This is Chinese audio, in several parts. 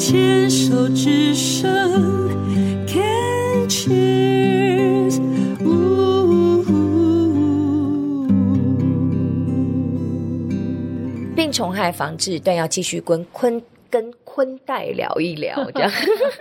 牵手之声 Can cheers。 病虫害防治段要继续跟坤代聊一聊，这样。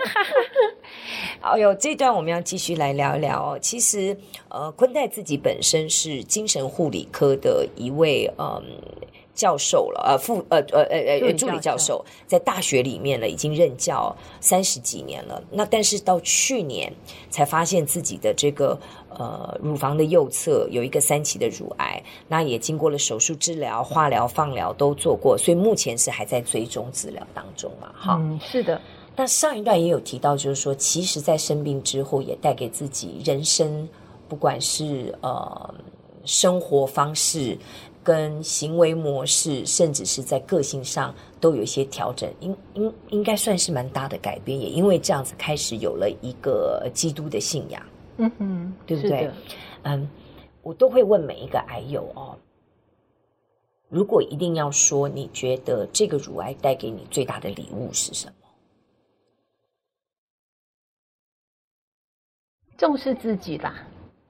好哟，这段我们要继续来聊一聊哦。其实，坤代自己本身是精神护理科的一位教授了，助理教授，在大学里面呢已经任教30几年了。那但是到去年才发现自己的这个乳房的右侧有一个3期的乳癌，那也经过了手术治疗、化疗、放疗都做过，所以目前是还在追踪治疗当中嘛。哈， 是的。 那上一段也有提到，就是说，其实在生病之后，也带给自己人生，不管是生活方式跟行为模式，甚至是在个性上都有一些调整，应该算是蛮大的改变。也因为这样子，开始有了一个基督的信仰，对不对？我都会问每一个癌友哦，如果一定要说，你觉得这个乳癌带给你最大的礼物是什么？ 重视自己啦，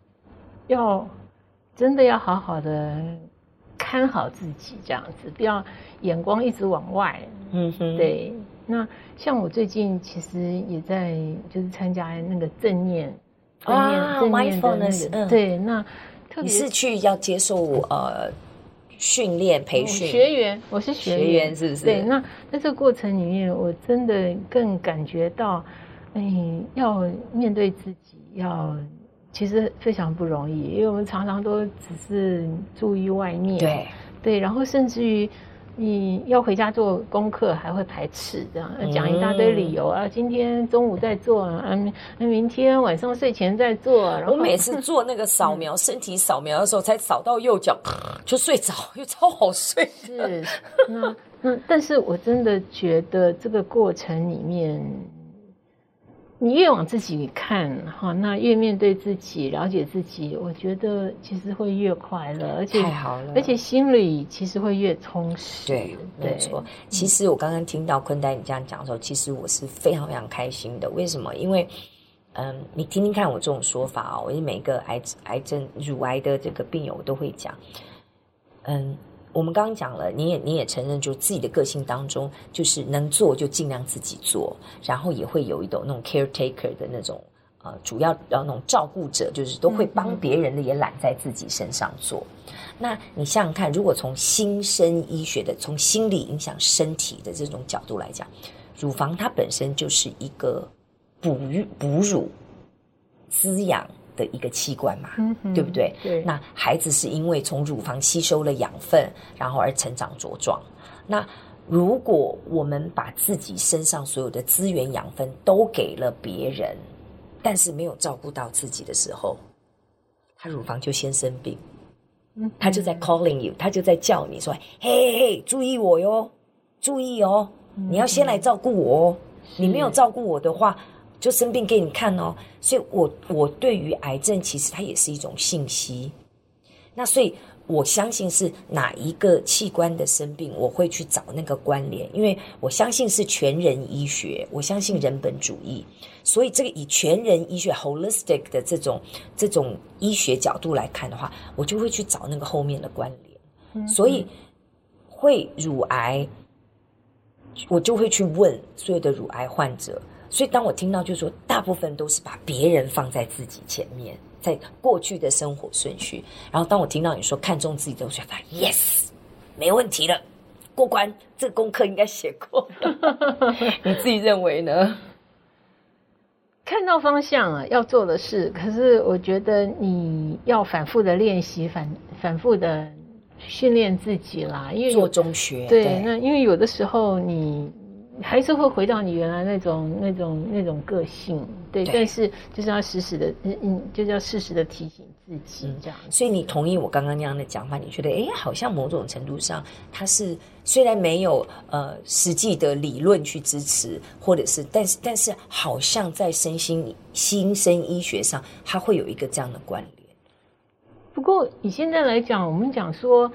真的要好好的看好自己，这样子不要眼光一直往外。对。那像我最近其实也在就是参加那个正念的那个，对。那特别你是去要接受训练培训学员，我是学员， 是不是？ 对。那在这个过程里面，我真的更感觉到，要面对自己。其实非常不容易，因为我们常常都只是注意外面，对，然后甚至于你要回家做功课还会排斥，这样讲一大堆理由啊，今天中午再做明天晚上睡前再做。然后我每次做那个扫描身体扫描的时候，才扫到右脚就睡着，又超好睡。 是，那但是我真的觉得这个过程里面。你越往自己看哈，那越面对自己，了解自己，我觉得其实会越快乐，而且太好了， 而且心里其实会越充实。 对，没错。其实我刚刚听到坤代你这样讲的时候，其实我是非常非常开心的。为什么？因为你听听看我这种说法哦，我每个癌症乳癌的这个病友我都会讲，我们刚刚讲了，你也承认，就自己的个性当中，就是能做就尽量自己做，然后也会有一种那种 caretaker 的那种主要那种照顾者，就是都会帮别人的，也揽在自己身上做。那你想想看，如果从新生医学的，从心理影响身体的这种角度来讲，乳房它本身就是一个哺乳滋养的一个器官嘛，对不对？ 对。 那孩子是因为从乳房吸收了养分，然后而成长茁壮。那如果我们把自己身上所有的资源养分都给了别人，但是没有照顾到自己的时候，他乳房就先生病。他就在 calling you， 他就在叫你说：“嘿，注意我哟，注意哦，你要先来照顾我哦。你没有照顾我的话。”就生病给你看哦，所以我对于癌症其实它也是一种信息。那所以我相信是哪一个器官的生病，我会去找那个关联，因为我相信是全人医学，我相信人本主义，所以这个以全人医学 holistic 的这种医学角度来看的话，我就会去找那个后面的关联。所以会乳癌，我就会去问所有的乳癌患者。所以当我听到就是说大部分都是把别人放在自己前面，在过去的生活顺序，然后当我听到你说看重自己的，我觉得 yes 没问题了，过关，这个功课应该写过你自己认为呢？ 看到方向啊，要做的事，可是我觉得你要反复的练习，反复的训练自己啦，因为做中学。 对，那因为有的时候你还是会回到你原来那种个性，对，但是就是要适时的提醒自己这样。 所以你同意我刚刚那样的讲法？你觉得好像某种程度上，它是虽然没有实际的理论去支持，或者是但是好像在新生医学上，它会有一个这样的关联。 不过以现在来讲，我们讲说，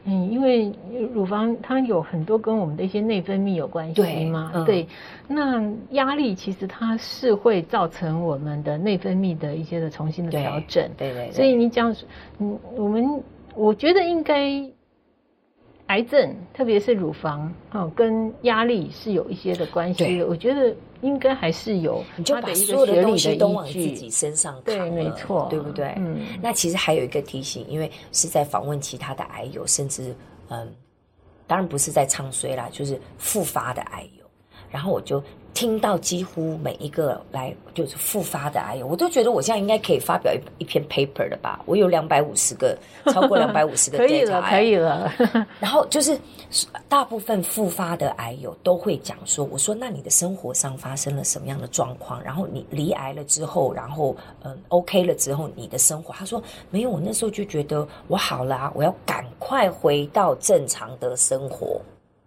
因为乳房它有很多跟我们的一些内分泌有关系嘛，对，那压力其实它是会造成我们的内分泌的一些的重新的调整， 对， 所以你讲，我觉得应该癌症，特别是乳房跟压力是有一些的关系的，我觉得应该还是有它的一个学理的依据，你就把所有的东西都往自己身上扛了， 对，没错， 对不对？那其实还有一个提醒，因为是在访问其他的癌友，甚至当然不是在唱衰啦，就是复发的癌友，然后我就听到几乎每一个来就是复发的癌友，我都觉得我现在应该可以发表一篇 paper 了吧？我有250个，超过250个可以了。 然后就是大部分复发的癌友都会讲说，我说那你的生活上发生了什么样的状况？然后你离癌了之后，然后OK 了之后，你的生活，他说没有，我那时候就觉得我好了啊，我要赶快回到正常的生活。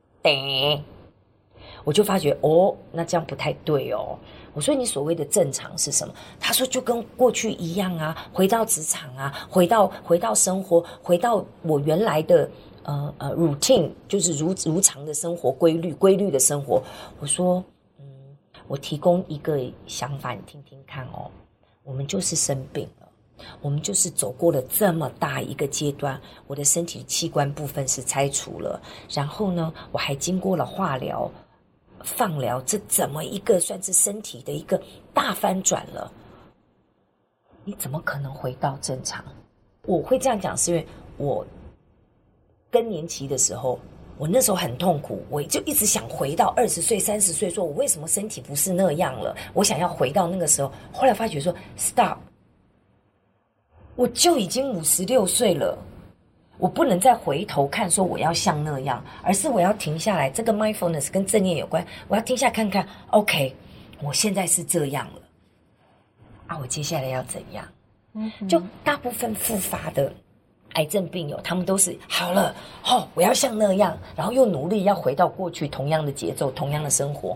我就发觉那这样不太对哦。我说你所谓的正常是什么？他说就跟过去一样啊，回到职场啊，回到生活，回到我原来的routine， 就是如常的生活规律的生活。我说我提供一个想法，你听听看哦。我们就是生病了，我们就是走过了这么大一个阶段，我的身体器官部分是拆除了，然后呢，我还经过了化疗、放疗，这怎么一个算是身体的一个大翻转了？你怎么可能回到正常？我会这样讲，是因为我更年期的时候，我那时候很痛苦，我就一直想回到20岁、30岁，说我为什么身体不是那样了？我想要回到那个时候，后来发觉说 stop， 我就已经56岁了。我不能再回头看说我要像那样，而是我要停下来，这个 mindfulness 跟正念有关，我要停下看看 OK， 我现在是这样了啊，我接下来要怎样？就大部分复发的癌症病友，他们都是好了我要像那样，然后又努力要回到过去同样的节奏、同样的生活，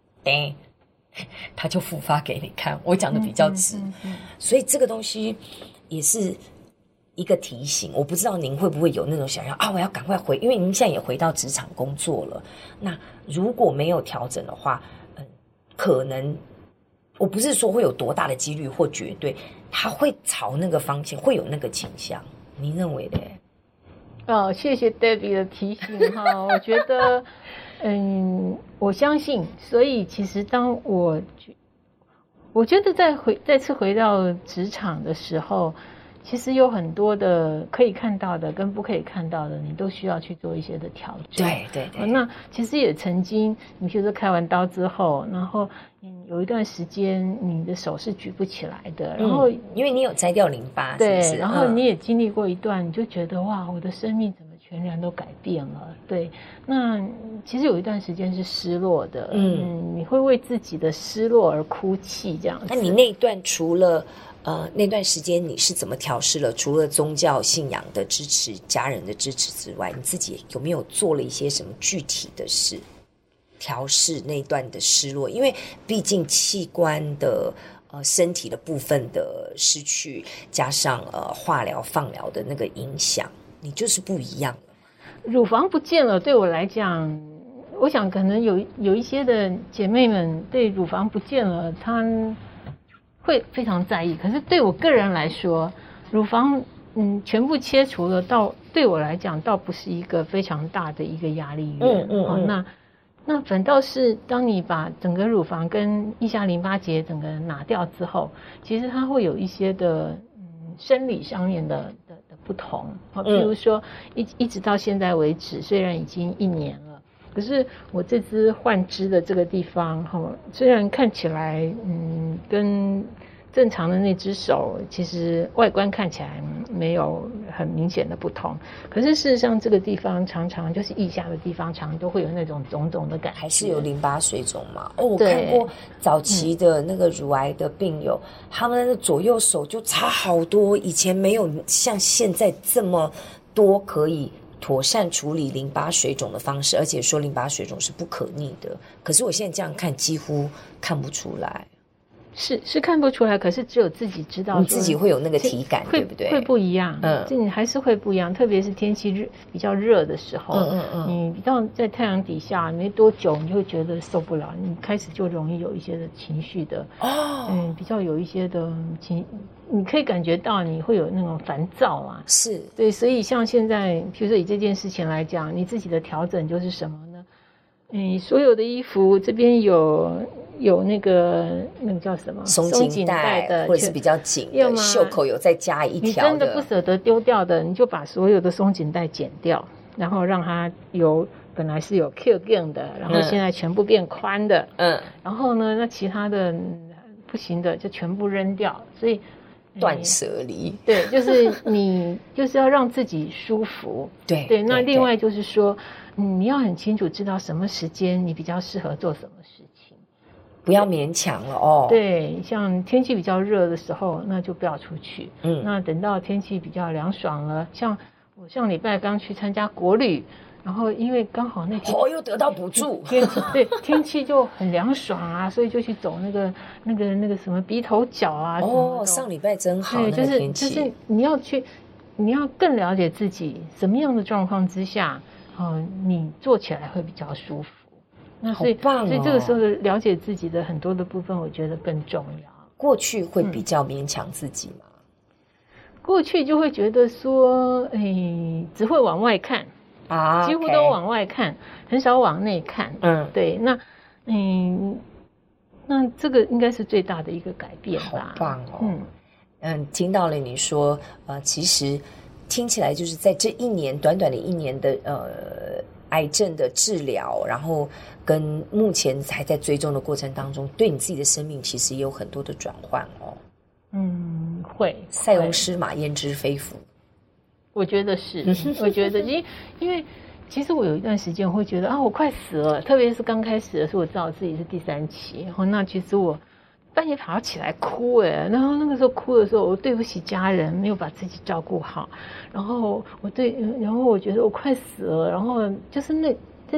他就复发给你看。我讲的比较直，所以这个东西也是一个提醒。我不知道您会不会有那种想要我要赶快回，因为您现在也回到职场工作了。那如果没有调整的话，可能我不是说会有多大的几率或绝对，它会朝那个方向，会有那个倾向。您认为呢？ 谢谢 Debbie 的提醒哈，我觉得，我相信，所以其实当我觉得再次回到职场的时候，其实有很多的可以看到的跟不可以看到的，你都需要去做一些的调整。 对。 那其实也曾经，你比如说开完刀之后，然后有一段时间你的手是举不起来的，然后因为你有摘掉淋巴， 对， 是不是？ 然后你也经历过一段，你就觉得哇，我的生命怎么全然都改变了？对，那其实有一段时间是失落的，你会为自己的失落而哭泣这样子。 那你那一段除了那段时间你是怎么调试了？除了宗教信仰的支持、家人的支持之外，你自己有没有做了一些什么具体的事调试那段的失落？因为毕竟器官的身体的部分的失去，加上化疗、放疗的那个影响，你就是不一样了。 乳房不见了，对我来讲，我想可能有一些的姐妹们对乳房不见了，她会非常在意。可是对我个人来说，乳房全部切除了，对我来讲倒不是一个非常大的一个压力源。那反倒是当你把整个乳房跟腋下淋巴结整个拿掉之后，其实它会有一些的生理上面的不同。比如说一直到现在为止，虽然已经1年了，可是我这只换肢的这个地方虽然看起来跟正常的那只手其实外观看起来没有很明显的不同，可是事实上这个地方常常就是腋下的地方常常都会有那种肿肿的感觉， 还是有淋巴水肿嘛。我看过早期的那个乳癌的病友，他们的左右手就差好多，以前没有像现在这么多可以妥善处理淋巴水肿的方式，而且说淋巴水肿是不可逆的，可是我现在这样看几乎看不出来。 是看不出来，可是只有自己知道， 你自己会有那个体感，对不对？ 会不一样，这你还是会不一样，特别是天气比较热的时候，你比较在太阳底下没多久，你就会觉得受不了，你开始就容易有一些的情绪的，比较有一些的你可以感觉到你会有那种烦躁啊， 是对，所以像现在，比如说以这件事情来讲，你自己的调整就是什么呢？所有的衣服这边有那个叫什么松紧带的，或者是比较紧的袖口有再加一条的， 你真的不舍得丢掉的，你就把所有的松紧带剪掉，然后让它本来是有 Q 键的，然后现在全部变宽的，然后呢，那其他的不行的就全部扔掉，所以断舍离， 对，就是你就是要让自己舒服，对。那另外就是说，你要很清楚知道什么时间你比较适合做什么事情， 不要勉强了哦。 对，像天气比较热的时候，那就不要出去。那等到天气比较凉爽了，像我上礼拜刚去参加国旅。然后因为刚好那天又得到补助， 天气就很凉爽啊，所以就去走那个什么鼻头角啊。 上礼拜真好， 对，就是你要更了解自己什么样的状况之下，你做起来会比较舒服。那所以好棒哦， 所以这个时候了解自己的很多的部分，我觉得更重要。 过去会比较勉强自己吗？ 过去就会觉得说，只会往外看。几乎都往外看，很少往内看。对，那这个应该是最大的一个改变吧。 好棒哦。听到了你说，其实听起来就是在这短短的一年的癌症的治疗，然后跟目前还在追踪的过程当中，对你自己的生命其实也有很多的转换哦。 会。 塞翁失马焉知非福。 我觉得是，我觉得因为其实我有一段时间我会觉得我快死了，特别是刚开始的时候，我知道自己是第3期，然后那其实我半夜爬起来哭然后那个时候哭的时候，我对不起家人，没有把自己照顾好，然后我觉得我快死了，然后就是那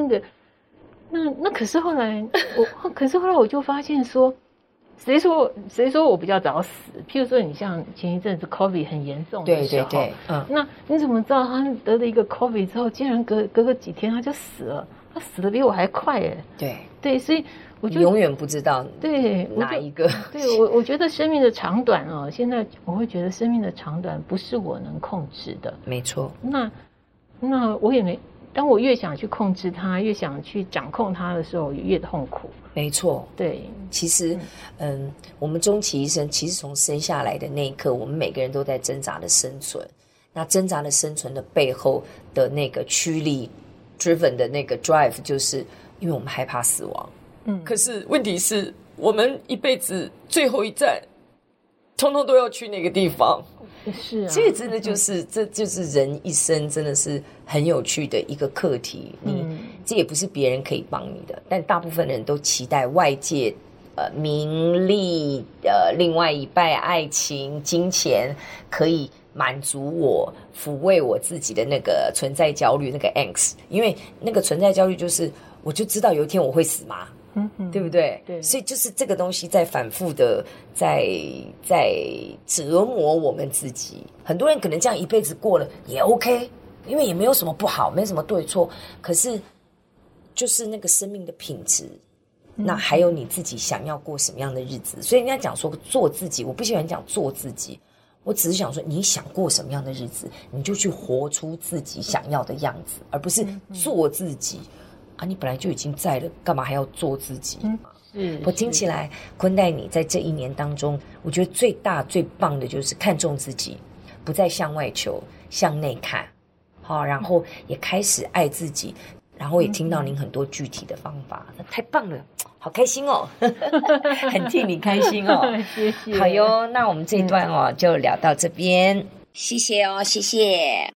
可是后来我就发现说。谁说我比较早死？譬如说，你像前一阵子 COVID 很严重的时候，对，那你怎么知道他得了一个 COVID 之后，竟然隔个几天他就死了？他死得比我还快对，所以我就永远不知道对哪一个。 对，我觉得生命的长短现在我会觉得生命的长短不是我能控制的， 没错。 那我也没。当我越想去控制它，越想去掌控它的时候，越痛苦。 没错， 对。 其实，我们终其一生，其实从生下来的那一刻，我们每个人都在挣扎的生存。那挣扎的生存的背后的那个驱力 ，driven 的那个 drive，就是因为我们害怕死亡。可是问题是我们一辈子最后一站，通通都要去那个地方。 是啊， 这真的就是这就是人一生真的是很有趣的一个课题。这也不是别人可以帮你的，但大部分人都期待外界名利另外一半爱情金钱可以满足我抚慰我自己的那个存在焦虑那个 angst， 因为那个存在焦虑就是我就知道有一天我会死嘛。对不对？ 对， 所以就是这个东西在反复的在折磨我们自己。很多人可能这样一辈子过了也 OK， 因为也没有什么不好，没什么对错。可是就是那个生命的品质，那还有你自己想要过什么样的日子。所以人家讲说做自己，我不喜欢讲做自己，我只是想说你想过什么样的日子，你就去活出自己想要的样子，而不是做自己。你本来就已经在了，干嘛还要做自己？我听起来，坤代你在这一年当中，我觉得最大最棒的就是看重自己，不再向外求，向内看。好，然后也开始爱自己，然后也听到您很多具体的方法，太棒了，好开心哦，很替你开心哦。 谢谢。 好哟，那我们这一段就聊到这边，谢谢哦，谢谢。